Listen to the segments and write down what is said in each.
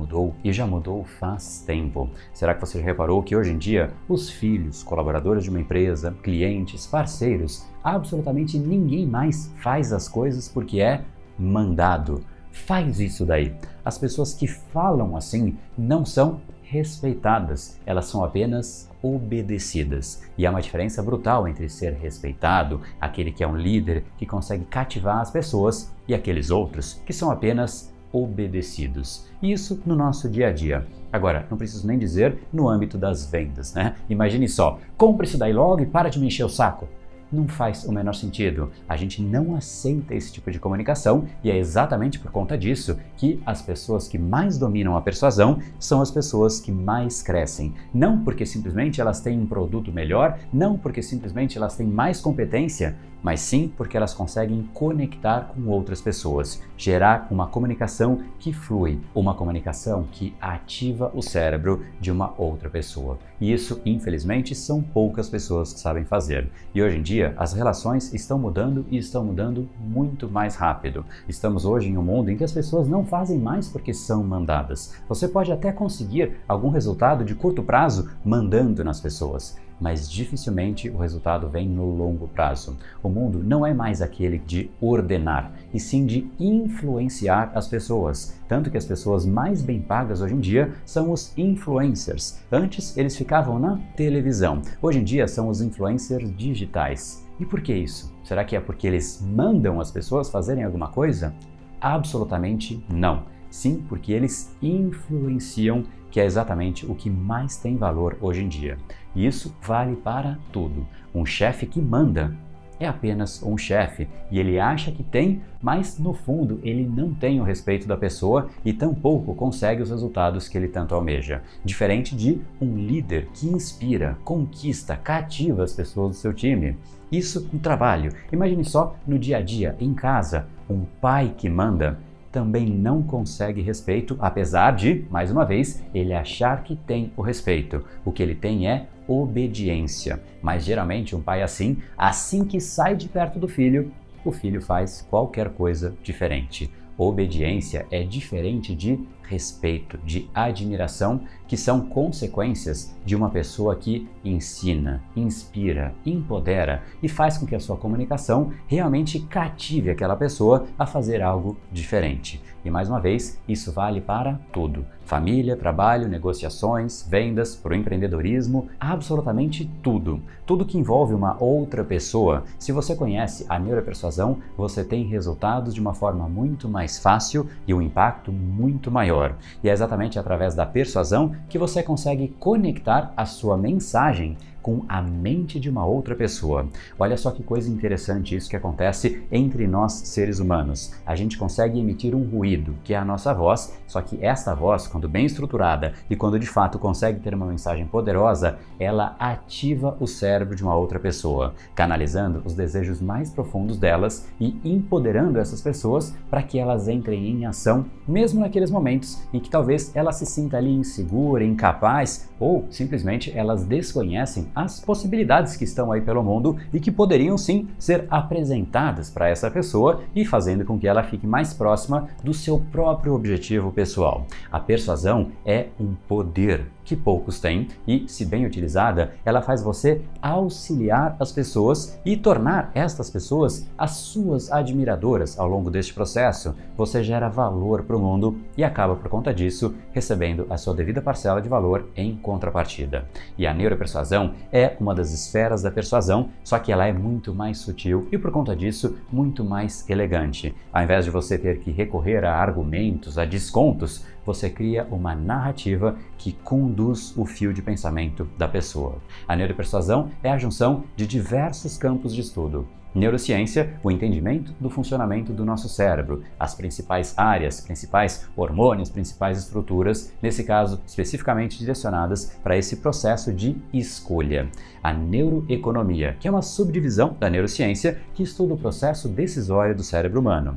mudou e já mudou faz tempo. Será que você já reparou que hoje em dia os filhos, colaboradores de uma empresa, clientes, parceiros, absolutamente ninguém mais faz as coisas porque é mandado? Faz isso daí. As pessoas que falam assim não são respeitadas, elas são apenas obedecidas. E há uma diferença brutal entre ser respeitado, aquele que é um líder que consegue cativar as pessoas, e aqueles outros que são apenas obedecidos. Isso no nosso dia a dia. Agora, não preciso nem dizer no âmbito das vendas, né? Imagine só, compre isso daí logo e para de me encher o saco. Não faz o menor sentido. A gente não aceita esse tipo de comunicação e é exatamente por conta disso que as pessoas que mais dominam a persuasão são as pessoas que mais crescem. Não porque simplesmente elas têm um produto melhor, não porque simplesmente elas têm mais competência, mas sim porque elas conseguem conectar com outras pessoas, gerar uma comunicação que flui, uma comunicação que ativa o cérebro de uma outra pessoa. E isso, infelizmente, são poucas pessoas que sabem fazer. E hoje em dia, as relações estão mudando e estão mudando muito mais rápido. Estamos hoje em um mundo em que as pessoas não fazem mais porque são mandadas. Você pode até conseguir algum resultado de curto prazo mandando nas pessoas, mas dificilmente o resultado vem no longo prazo. O mundo não é mais aquele de ordenar, e sim de influenciar as pessoas. Tanto que as pessoas mais bem pagas hoje em dia são os influencers. Antes eles ficavam na televisão, hoje em dia são os influencers digitais. E por que isso? Será que é porque eles mandam as pessoas fazerem alguma coisa? Absolutamente não. Sim, porque eles influenciam, que é exatamente o que mais tem valor hoje em dia. E isso vale para tudo. Um chefe que manda é apenas um chefe e ele acha que tem, mas no fundo ele não tem o respeito da pessoa e tampouco consegue os resultados que ele tanto almeja. Diferente de um líder que inspira, conquista, cativa as pessoas do seu time. Isso no trabalho. Imagine só no dia a dia, em casa, um pai que manda também não consegue respeito, apesar de, mais uma vez, ele achar que tem o respeito. O que ele tem é obediência. Mas geralmente um pai assim que sai de perto do filho, o filho faz qualquer coisa diferente. Obediência é diferente de respeito, de admiração, que são consequências de uma pessoa que ensina, inspira, empodera e faz com que a sua comunicação realmente cative aquela pessoa a fazer algo diferente. E mais uma vez, isso vale para tudo. Família, trabalho, negociações, vendas, para o empreendedorismo, absolutamente tudo. Tudo que envolve uma outra pessoa. Se você conhece a neuropersuasão, você tem resultados de uma forma muito mais fácil e um impacto muito maior. E é exatamente através da persuasão que você consegue conectar a sua mensagem com a mente de uma outra pessoa. Olha só que coisa interessante isso que acontece entre nós seres humanos. A gente consegue emitir um ruído, que é a nossa voz, só que esta voz, quando bem estruturada e quando de fato consegue ter uma mensagem poderosa, ela ativa o cérebro de uma outra pessoa, canalizando os desejos mais profundos delas e empoderando essas pessoas para que elas entrem em ação, mesmo naqueles momentos em que talvez ela se sinta ali insegura, incapaz ou simplesmente elas desconhecem as possibilidades que estão aí pelo mundo e que poderiam sim ser apresentadas para essa pessoa e fazendo com que ela fique mais próxima do seu próprio objetivo pessoal. A persuasão é um poder que poucos têm e, se bem utilizada, ela faz você auxiliar as pessoas e tornar estas pessoas as suas admiradoras ao longo deste processo. Você gera valor para o mundo e acaba, por conta disso, recebendo a sua devida parcela de valor em contrapartida. E a neuropersuasão é uma das esferas da persuasão, só que ela é muito mais sutil e, por conta disso, muito mais elegante. Ao invés de você ter que recorrer a argumentos, a descontos, você cria uma narrativa que conduz o fio de pensamento da pessoa. A neuropersuasão é a junção de diversos campos de estudo. Neurociência, o entendimento do funcionamento do nosso cérebro, as principais áreas, principais hormônios, principais estruturas, nesse caso especificamente direcionadas para esse processo de escolha. A neuroeconomia, que é uma subdivisão da neurociência que estuda o processo decisório do cérebro humano.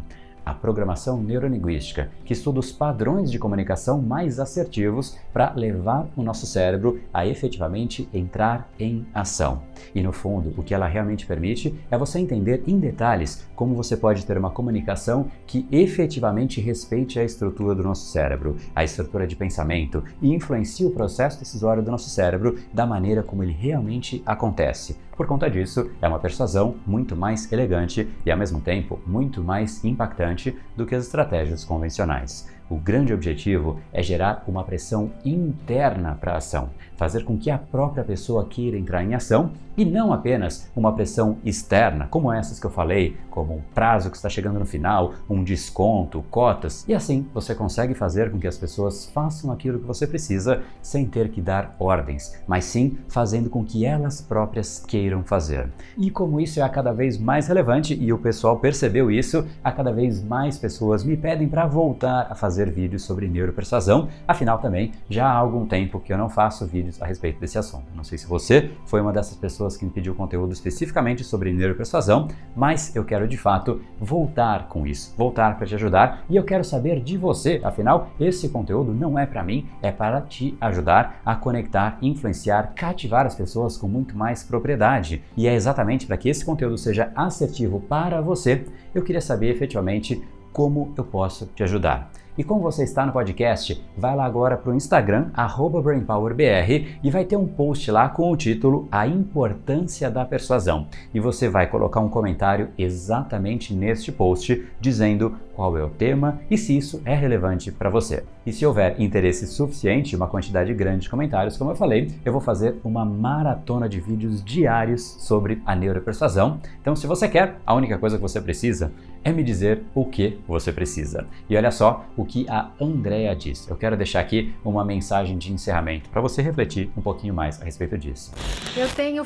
a programação neurolinguística, que estuda os padrões de comunicação mais assertivos para levar o nosso cérebro a efetivamente entrar em ação. E no fundo, o que ela realmente permite é você entender em detalhes como você pode ter uma comunicação que efetivamente respeite a estrutura do nosso cérebro, a estrutura de pensamento e influencie o processo decisório do nosso cérebro da maneira como ele realmente acontece. Por conta disso, é uma persuasão muito mais elegante e, ao mesmo tempo, muito mais impactante do que as estratégias convencionais. O grande objetivo é gerar uma pressão interna para a ação, fazer com que a própria pessoa queira entrar em ação e não apenas uma pressão externa, como essas que eu falei, como um prazo que está chegando no final, um desconto, cotas, e assim você consegue fazer com que as pessoas façam aquilo que você precisa sem ter que dar ordens, mas sim fazendo com que elas próprias queiram fazer. E como isso é cada vez mais relevante e o pessoal percebeu isso, a cada vez mais pessoas me pedem para voltar a fazer vídeos sobre neuropersuasão, afinal também já há algum tempo que eu não faço vídeos a respeito desse assunto. Não sei se você foi uma dessas pessoas que me pediu conteúdo especificamente sobre neuropersuasão, mas eu quero de fato voltar com isso, voltar para te ajudar e eu quero saber de você, afinal esse conteúdo não é para mim, é para te ajudar a conectar, influenciar, cativar as pessoas com muito mais propriedade. E é exatamente para que esse conteúdo seja assertivo para você, eu queria saber efetivamente como eu posso te ajudar. E como você está no podcast, vai lá agora para o Instagram, @brainpowerbr, e vai ter um post lá com o título A Importância da Persuasão. E você vai colocar um comentário exatamente neste post, dizendo qual é o tema e se isso é relevante para você. E se houver interesse suficiente, uma quantidade grande de comentários, como eu falei, eu vou fazer uma maratona de vídeos diários sobre a neuropersuasão. Então, se você quer, a única coisa que você precisa é me dizer o que você precisa. E olha só o que a Andrea diz. Eu quero deixar aqui uma mensagem de encerramento para você refletir um pouquinho mais a respeito disso. Eu tenho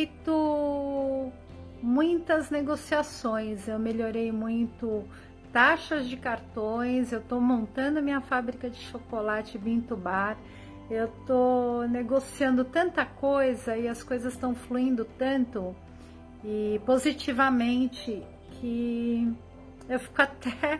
feito muitas negociações, eu melhorei muito taxas de cartões, eu estou montando minha fábrica de chocolate Binto Bar, eu estou negociando tanta coisa e as coisas estão fluindo tanto e positivamente que eu fico até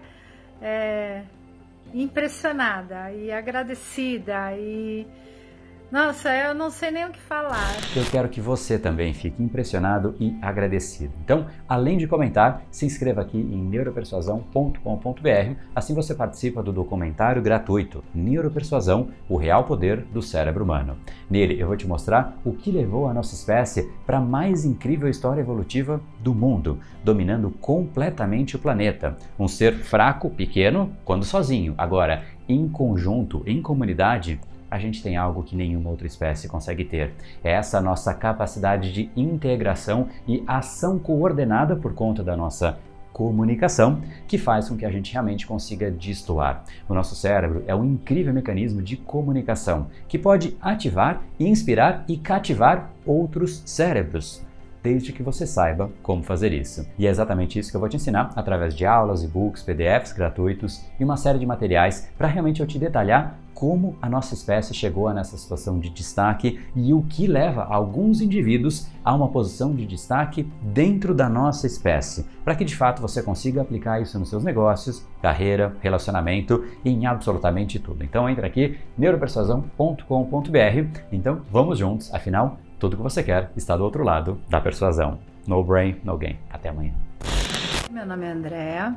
impressionada e agradecida e nossa, eu não sei nem o que falar. Eu quero que você também fique impressionado e agradecido. Então, além de comentar, se inscreva aqui em neuropersuasão.com.br, assim você participa do documentário gratuito Neuropersuasão, o real poder do cérebro humano. Nele eu vou te mostrar o que levou a nossa espécie para a mais incrível história evolutiva do mundo, dominando completamente o planeta. Um ser fraco, pequeno, quando sozinho. Agora, em conjunto, em comunidade, a gente tem algo que nenhuma outra espécie consegue ter. É essa nossa capacidade de integração e ação coordenada por conta da nossa comunicação que faz com que a gente realmente consiga destoar. O nosso cérebro é um incrível mecanismo de comunicação que pode ativar, inspirar e cativar outros cérebros, desde que você saiba como fazer isso. E é exatamente isso que eu vou te ensinar através de aulas, e-books, PDFs gratuitos e uma série de materiais para realmente eu te detalhar como a nossa espécie chegou nessa situação de destaque e o que leva alguns indivíduos a uma posição de destaque dentro da nossa espécie, para que de fato você consiga aplicar isso nos seus negócios, carreira, relacionamento e em absolutamente tudo. Então entra aqui, neuropersuasão.com.br. Então vamos juntos, afinal, tudo que você quer está do outro lado da persuasão. No brain, no gain. Até amanhã. Meu nome é Andrea.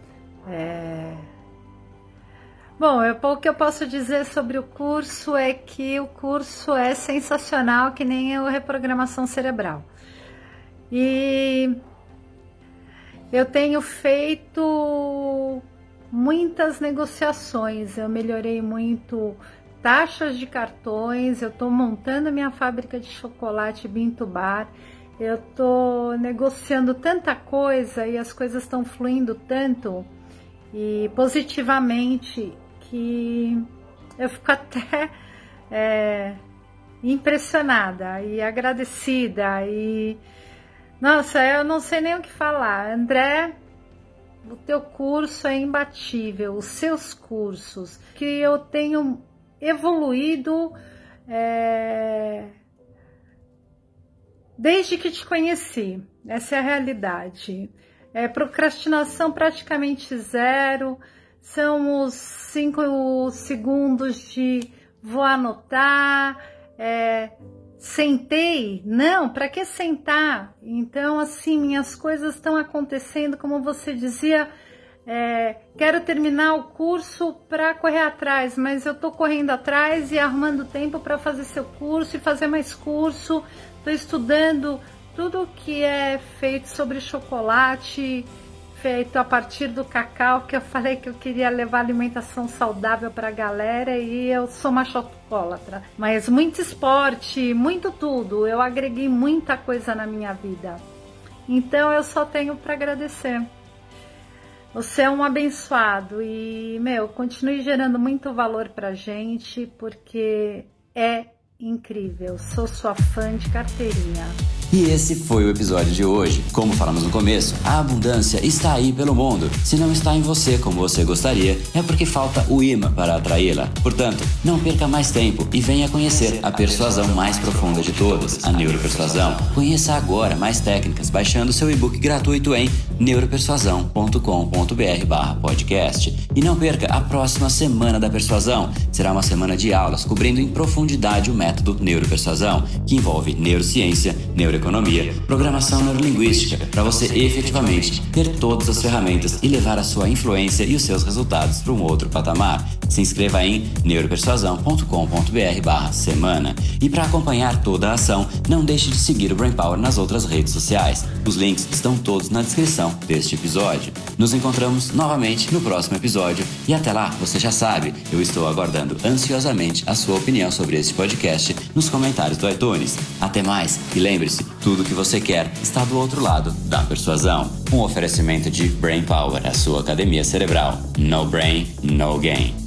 Bom, o que eu posso dizer sobre o curso é que o curso é sensacional, que nem a reprogramação cerebral. E eu tenho feito muitas negociações, eu melhorei muito taxas de cartões, eu estou montando minha fábrica de chocolate Binto Bar, eu estou negociando tanta coisa e as coisas estão fluindo tanto e positivamente que eu fico até impressionada e agradecida e nossa, eu não sei nem o que falar. André, o teu curso é imbatível, os seus cursos, que eu tenho evoluído desde que te conheci, essa é a realidade. procrastinação praticamente zero, são os 5 segundos de vou anotar, sentei, não, para que sentar? Então, assim, minhas coisas estão acontecendo, como você dizia, quero terminar o curso para correr atrás, mas eu estou correndo atrás e arrumando tempo para fazer seu curso e fazer mais curso, estou estudando tudo que é feito sobre chocolate, feito a partir do cacau, que eu falei que eu queria levar alimentação saudável para a galera e eu sou uma chocolatra. Mas muito esporte, muito tudo, eu agreguei muita coisa na minha vida. Então eu só tenho para agradecer. Você é um abençoado e, continue gerando muito valor pra gente, porque é incrível. Sou sua fã de carteirinha. E esse foi o episódio de hoje. Como falamos no começo, a abundância está aí pelo mundo. Se não está em você como você gostaria, é porque falta o imã para atraí-la. Portanto, não perca mais tempo e venha conhecer a persuasão mais profunda de todas, a neuropersuasão. Conheça agora mais técnicas baixando seu e-book gratuito em neuropersuasão.com.br/podcast. E não perca a próxima Semana da Persuasão. Será uma semana de aulas cobrindo em profundidade o método Neuropersuasão, que envolve neurociência, neuroeconomia, programação neurolinguística, para você efetivamente ter todas as ferramentas e levar a sua influência e os seus resultados para um outro patamar. Se inscreva em neuropersuasão.com.br/semana. E para acompanhar toda a ação, não deixe de seguir o Brain Power nas outras redes sociais. Os links estão todos na descrição deste episódio. Nos encontramos novamente no próximo episódio e até lá, você já sabe, eu estou aguardando ansiosamente a sua opinião sobre este podcast nos comentários do iTunes. Até mais e lembre-se, tudo que você quer está do outro lado da persuasão. Um oferecimento de Brain Power, a sua academia cerebral. No brain, no gain.